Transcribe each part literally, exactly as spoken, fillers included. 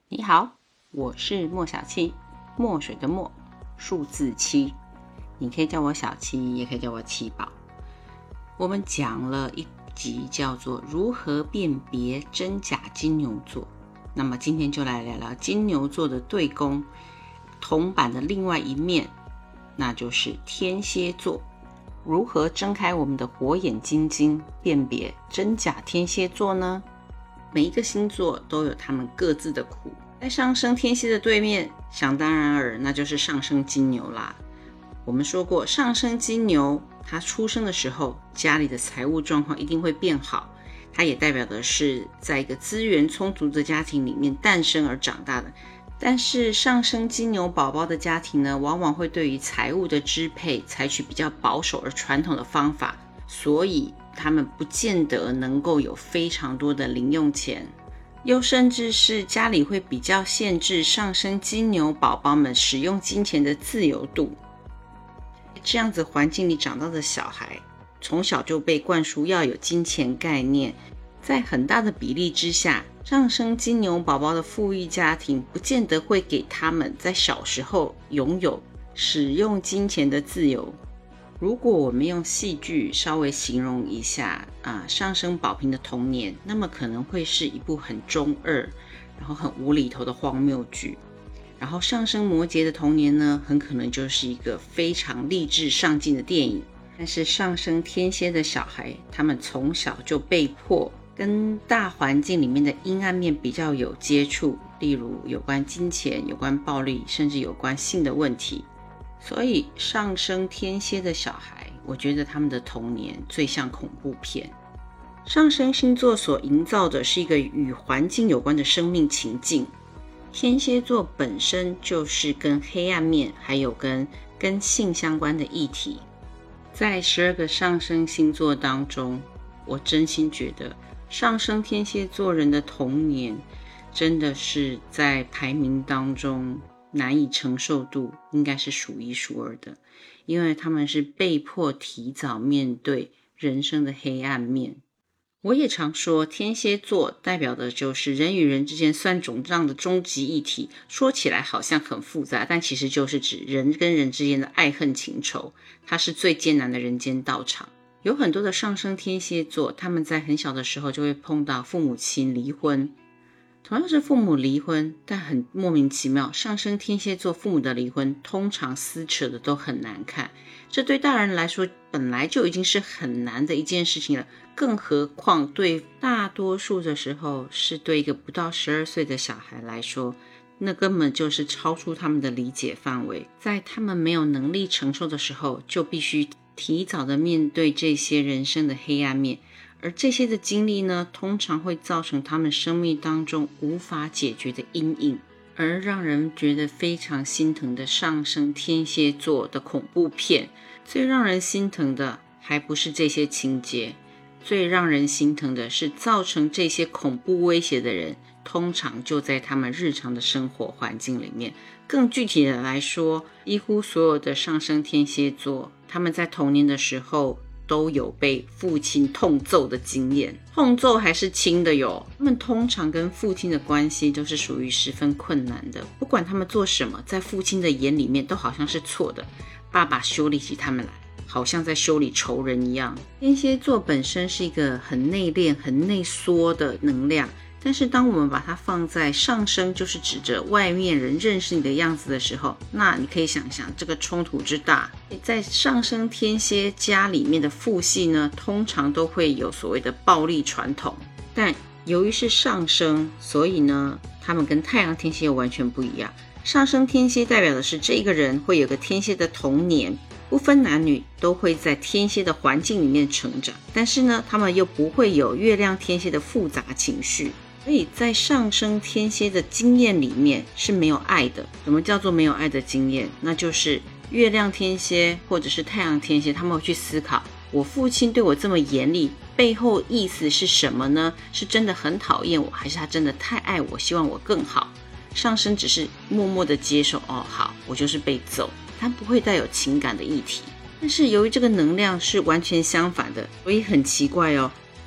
你好，我是莫小七，墨水的墨，数字七，你可以叫我小七，也可以叫我七宝。我们讲了一集叫做如何辨别真假金牛座，那么今天就来聊聊金牛座的对宫铜板的另外一面，那就是天蝎座。如何睁开我们的火眼金睛，辨别真假天蝎座呢？每一个星座都有他们各自的苦，在上升天蝎的对面，想当然尔那就是上升金牛啦。我们说过，上升金牛他出生的时候，家里的财务状况一定会变好，它也代表的是在一个资源充足的家庭里面诞生而长大的。但是上升金牛宝宝的家庭呢，往往会对于财务的支配采取比较保守而传统的方法，所以他们不见得能够有非常多的零用钱，又甚至是家里会比较限制上升金牛宝宝们使用金钱的自由度。这样子环境里长大的小孩，从小就被灌输要有金钱概念，在很大的比例之下，上升金牛宝宝的富裕家庭不见得会给他们在小时候拥有使用金钱的自由。如果我们用戏剧稍微形容一下、呃、上升宝瓶的童年，那么可能会是一部很中二然后很无厘头的荒谬剧。然后上升摩羯的童年呢，很可能就是一个非常励志上进的电影。但是上升天蝎的小孩，他们从小就被迫跟大环境里面的阴暗面比较有接触，例如有关金钱、有关暴力，甚至有关性的问题。所以上升天蝎的小孩，我觉得他们的童年最像恐怖片。上升星座所营造的是一个与环境有关的生命情境，天蝎座本身就是跟黑暗面还有跟跟性相关的议题。在十二个上升星座当中，我真心觉得上升天蝎座人的童年真的是在排名当中难以承受度应该是数一数二的，因为他们是被迫提早面对人生的黑暗面。我也常说，天蝎座代表的就是人与人之间算总账的终极议题，说起来好像很复杂，但其实就是指人跟人之间的爱恨情仇，它是最艰难的人间道场。有很多的上升天蝎座，他们在很小的时候就会碰到父母亲离婚。同样是父母离婚，但很莫名其妙，上升天蝎座父母的离婚通常撕扯的都很难看，这对大人来说本来就已经是很难的一件事情了，更何况对大多数的时候是对一个不到十二岁的小孩来说，那根本就是超出他们的理解范围。在他们没有能力承受的时候，就必须提早的面对这些人生的黑暗面，而这些的经历呢，通常会造成他们生命当中无法解决的阴影。而让人觉得非常心疼的上升天蝎座的恐怖片，最让人心疼的还不是这些情节，最让人心疼的是造成这些恐怖威胁的人，通常就在他们日常的生活环境里面。更具体的来说，几乎所有的上升天蝎座，他们在童年的时候都有被父亲痛揍的经验，痛揍还是轻的哟。他们通常跟父亲的关系都是属于十分困难的，不管他们做什么，在父亲的眼里面都好像是错的。爸爸修理起他们来，好像在修理仇人一样。天蝎座本身是一个很内敛、很内缩的能量，但是当我们把它放在上升，就是指着外面人认识你的样子的时候，那你可以想象这个冲突之大。在上升天蝎家里面的父系呢，通常都会有所谓的暴力传统，但由于是上升，所以呢，他们跟太阳天蝎完全不一样。上升天蝎代表的是这个人会有个天蝎的童年，不分男女都会在天蝎的环境里面成长，但是呢，他们又不会有月亮天蝎的复杂情绪。所以在上升天蝎的经验里面是没有爱的。什么叫做没有爱的经验？那就是月亮天蝎或者是太阳天蝎，他们会去思考，我父亲对我这么严厉，背后意思是什么呢？是真的很讨厌我，还是他真的太爱我，希望我更好？上升只是默默的接受，哦好，我就是被揍，它不会带有情感的议题。但是由于这个能量是完全相反的，所以很奇怪哦，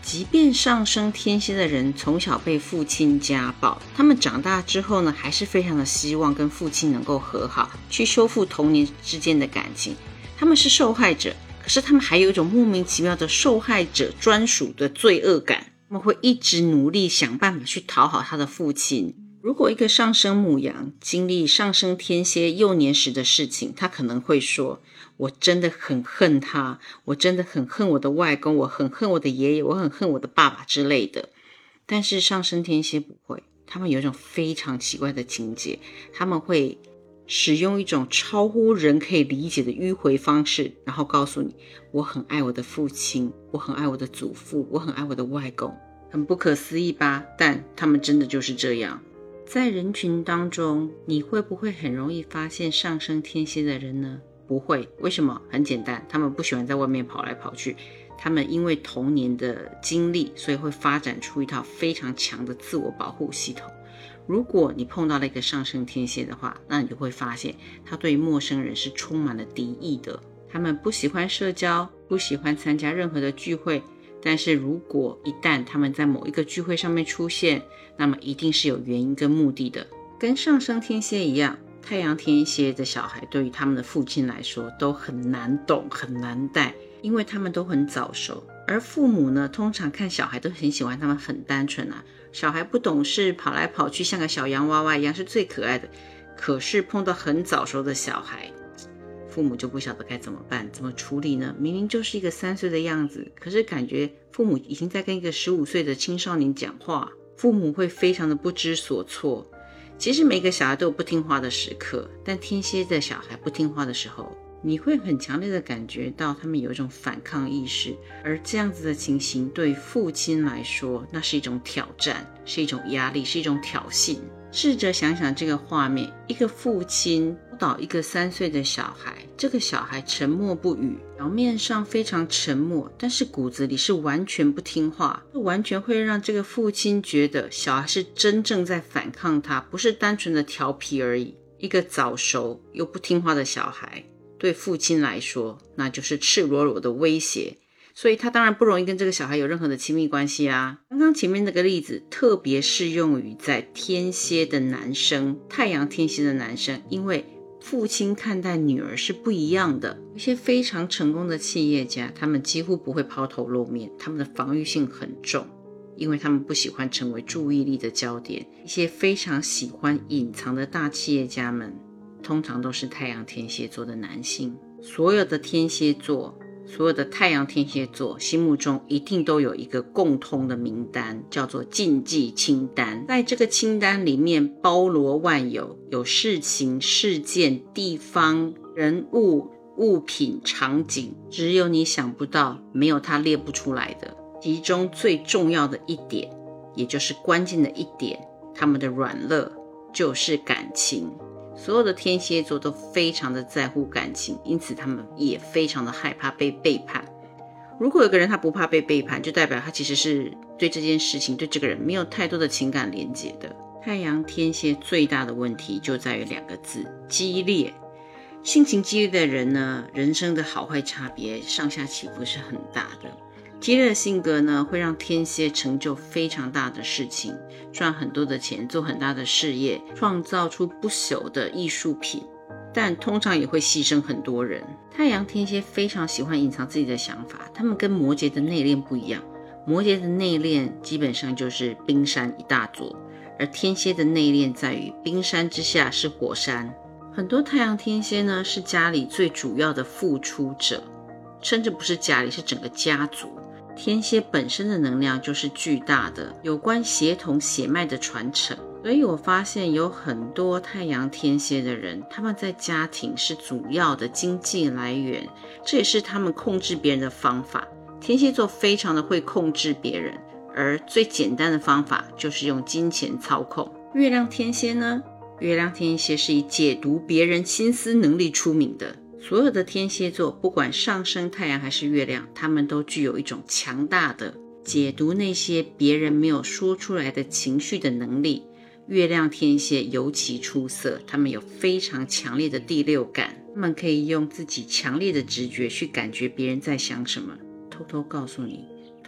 即便上升天蝎的人从小被父亲家暴，他们长大之后呢，还是非常的希望跟父亲能够和好，去修复童年之间的感情。他们是受害者，可是他们还有一种莫名其妙的受害者专属的罪恶感，他们会一直努力想办法去讨好他的父亲。如果一个上升牡羊经历上升天蝎幼年时的事情，他可能会说，我真的很恨他，我真的很恨我的外公，我很恨我的爷爷，我很恨我的爸爸之类的。但是上升天蝎不会，他们有一种非常奇怪的情节，他们会使用一种超乎人可以理解的迂回方式，然后告诉你，我很爱我的父亲，我很爱我的祖父，我很爱我的外公。很不可思议吧？但他们真的就是这样。在人群当中，你会不会很容易发现上升天蝎的人呢？不会。为什么？很简单，他们不喜欢在外面跑来跑去，他们因为童年的经历，所以会发展出一套非常强的自我保护系统。如果你碰到了一个上升天蝎的话，那你就会发现他对陌生人是充满了敌意的，他们不喜欢社交，不喜欢参加任何的聚会，但是如果一旦他们在某一个聚会上面出现，那么一定是有原因跟目的的。跟上升天蝎一样，太阳天蝎的小孩对于他们的父亲来说都很难懂，很难带，因为他们都很早熟。而父母呢，通常看小孩都很喜欢他们很单纯啊，小孩不懂事，跑来跑去像个小洋娃娃一样是最可爱的。可是碰到很早熟的小孩，父母就不晓得该怎么办，怎么处理呢？明明就是一个三岁的样子，可是感觉父母已经在跟一个十五岁的青少年讲话，父母会非常的不知所措。其实每个小孩都有不听话的时刻，但天蝎的小孩不听话的时候，你会很强烈的感觉到他们有一种反抗意识，而这样子的情形对父亲来说，那是一种挑战，是一种压力，是一种挑衅。试着想想这个画面，一个父亲教导一个三岁的小孩，这个小孩沉默不语，表面上非常沉默，但是骨子里是完全不听话，这完全会让这个父亲觉得小孩是真正在反抗他，不是单纯的调皮而已。一个早熟又不听话的小孩，对父亲来说，那就是赤裸裸的威胁，所以他当然不容易跟这个小孩有任何的亲密关系啊。刚刚前面那个例子特别适用于在天蝎的男生，太阳天蝎的男生，因为父亲看待女儿是不一样的。一些非常成功的企业家，他们几乎不会抛头露面，他们的防御性很重，因为他们不喜欢成为注意力的焦点。一些非常喜欢隐藏的大企业家们，通常都是太阳天蝎座的男性。所有的天蝎座，所有的太阳天蝎座心目中一定都有一个共通的名单，叫做禁忌清单。在这个清单里面包罗万有，有事情、事件、地方、人物、物品、场景，只有你想不到，没有它列不出来的。其中最重要的一点，也就是关键的一点，他们的软肋就是感情。所有的天蝎座都非常的在乎感情，因此他们也非常的害怕被背叛。如果有个人他不怕被背叛，就代表他其实是对这件事情，对这个人没有太多的情感连结的。太阳天蝎最大的问题就在于两个字：激烈。性情激烈的人呢，人生的好坏差别上下起伏是很大的。激烈的性格呢，会让天蝎成就非常大的事情，赚很多的钱，做很大的事业，创造出不朽的艺术品，但通常也会牺牲很多人。太阳天蝎非常喜欢隐藏自己的想法，他们跟摩羯的内敛不一样。摩羯的内敛基本上就是冰山一大座，而天蝎的内敛在于冰山之下是火山。很多太阳天蝎呢，是家里最主要的付出者，甚至不是家里，是整个家族。天蝎本身的能量就是巨大的，有关血统血脉的传承。所以我发现有很多太阳天蝎的人，他们在家庭是主要的经济来源，这也是他们控制别人的方法。天蝎座非常的会控制别人，而最简单的方法就是用金钱操控。月亮天蝎呢？月亮天蝎是以解读别人心思能力出名的。所有的天蝎座，不管上升太阳还是月亮，他们都具有一种强大的解读那些别人没有说出来的情绪的能力。月亮天蝎尤其出色，他们有非常强烈的第六感，他们可以用自己强烈的直觉去感觉别人在想什么。偷偷告诉你，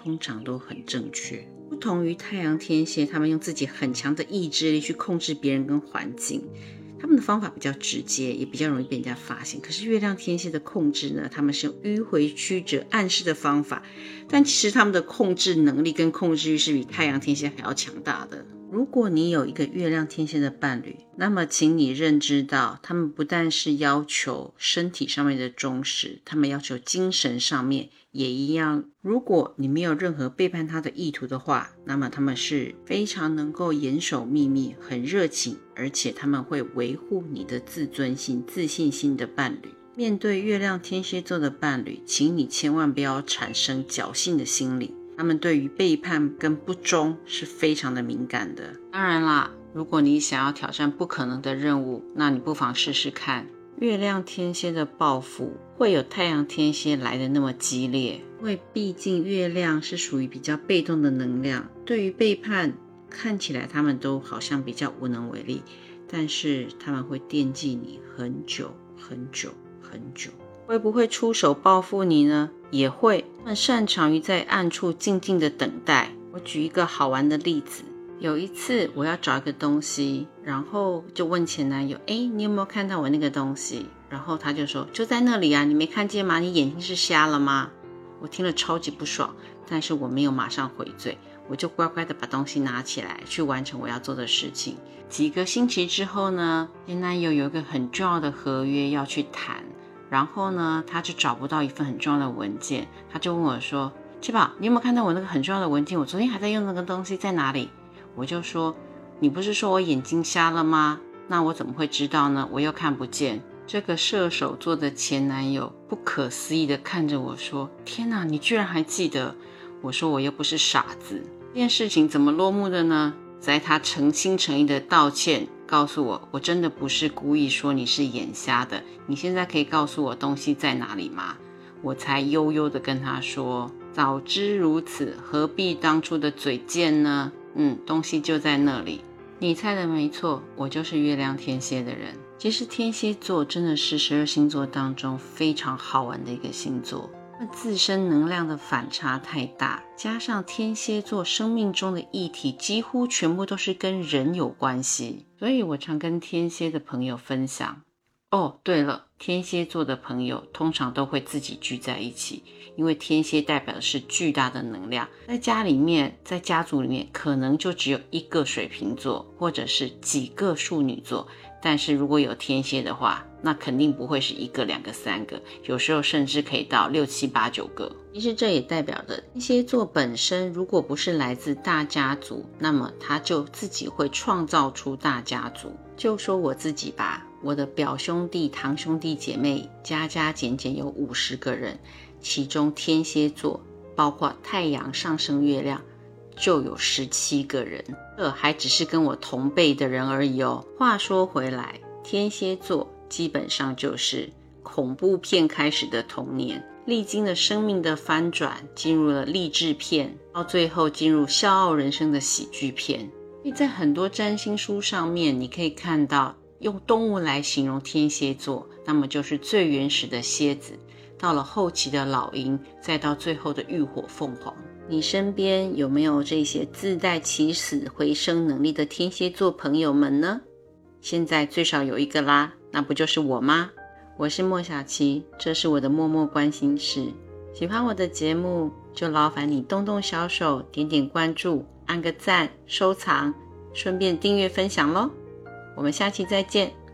通常都很正确。不同于太阳天蝎，他们用自己很强的意志力去控制别人跟环境，他们的方法比较直接，也比较容易被人家发现。可是月亮天蝎的控制呢，他们是用迂回曲折暗示的方法，但其实他们的控制能力跟控制欲是比太阳天蝎还要强大的。如果你有一个月亮天蝎的伴侣，那么请你认知到，他们不但是要求身体上面的忠实，他们要求精神上面也一样。如果你没有任何背叛他的意图的话，那么他们是非常能够严守秘密，很热情，而且他们会维护你的自尊心、自信心的伴侣。面对月亮天蝎座的伴侣，请你千万不要产生侥幸的心理，他们对于背叛跟不忠是非常的敏感的。当然啦，如果你想要挑战不可能的任务，那你不妨试试看。月亮天蝎的报复会有太阳天蝎来的那么激烈，因为毕竟月亮是属于比较被动的能量，对于背叛看起来他们都好像比较无能为力，但是他们会惦记你很久很久很久。会不会出手报复你呢？也会，他们擅长于在暗处静静的等待。我举一个好玩的例子，有一次我要找一个东西，然后就问前男友，诶，你有没有看到我那个东西？然后他就说，就在那里啊，你没看见吗？你眼睛是瞎了吗？我听了超级不爽，但是我没有马上回嘴，我就乖乖的把东西拿起来去完成我要做的事情。几个星期之后呢，前男友有一个很重要的合约要去谈，然后呢他就找不到一份很重要的文件，他就问我说，七宝，你有没有看到我那个很重要的文件？我昨天还在用那个东西，在哪里？我就说，你不是说我眼睛瞎了吗？那我怎么会知道呢？我又看不见。这个射手座的前男友不可思议地看着我说，天哪，你居然还记得。我说我又不是傻子。这件事情怎么落幕的呢？在他诚心诚意的道歉，告诉我我真的不是故意说你是眼瞎的，你现在可以告诉我东西在哪里吗？我才悠悠的跟他说，早知如此，何必当初的嘴贱呢？嗯，东西就在那里。你猜的没错，我就是月亮天蝎的人。其实天蝎座真的是十二星座当中非常好玩的一个星座，自身能量的反差太大，加上天蝎座生命中的议题几乎全部都是跟人有关系，所以我常跟天蝎的朋友分享。哦，对了，天蝎座的朋友通常都会自己聚在一起，因为天蝎代表的是巨大的能量，在家里面，在家族里面可能就只有一个水瓶座或者是几个处女座，但是如果有天蝎的话，那肯定不会是一个两个三个，有时候甚至可以到六七八九个。其实这也代表着天蝎座本身如果不是来自大家族，那么他就自己会创造出大家族。就说我自己吧，我的表兄弟堂兄弟姐妹加加减减有五十个人，其中天蝎座包括太阳上升月亮就有十七个人，这还只是跟我同辈的人而已哦。话说回来，天蝎座基本上就是恐怖片开始的童年，历经了生命的翻转，进入了励志片，到最后进入笑傲人生的喜剧片。所以在很多占星书上面，你可以看到用动物来形容天蝎座，那么就是最原始的蝎子，到了后期的老鹰，再到最后的浴火凤凰。你身边有没有这些自带起死回生能力的天蝎座朋友们呢？现在最少有一个啦，那不就是我吗？我是莫小琪，这是我的默默关心事。喜欢我的节目，就劳烦你动动小手，点点关注，按个赞，收藏，顺便订阅分享咯。我们下期再见。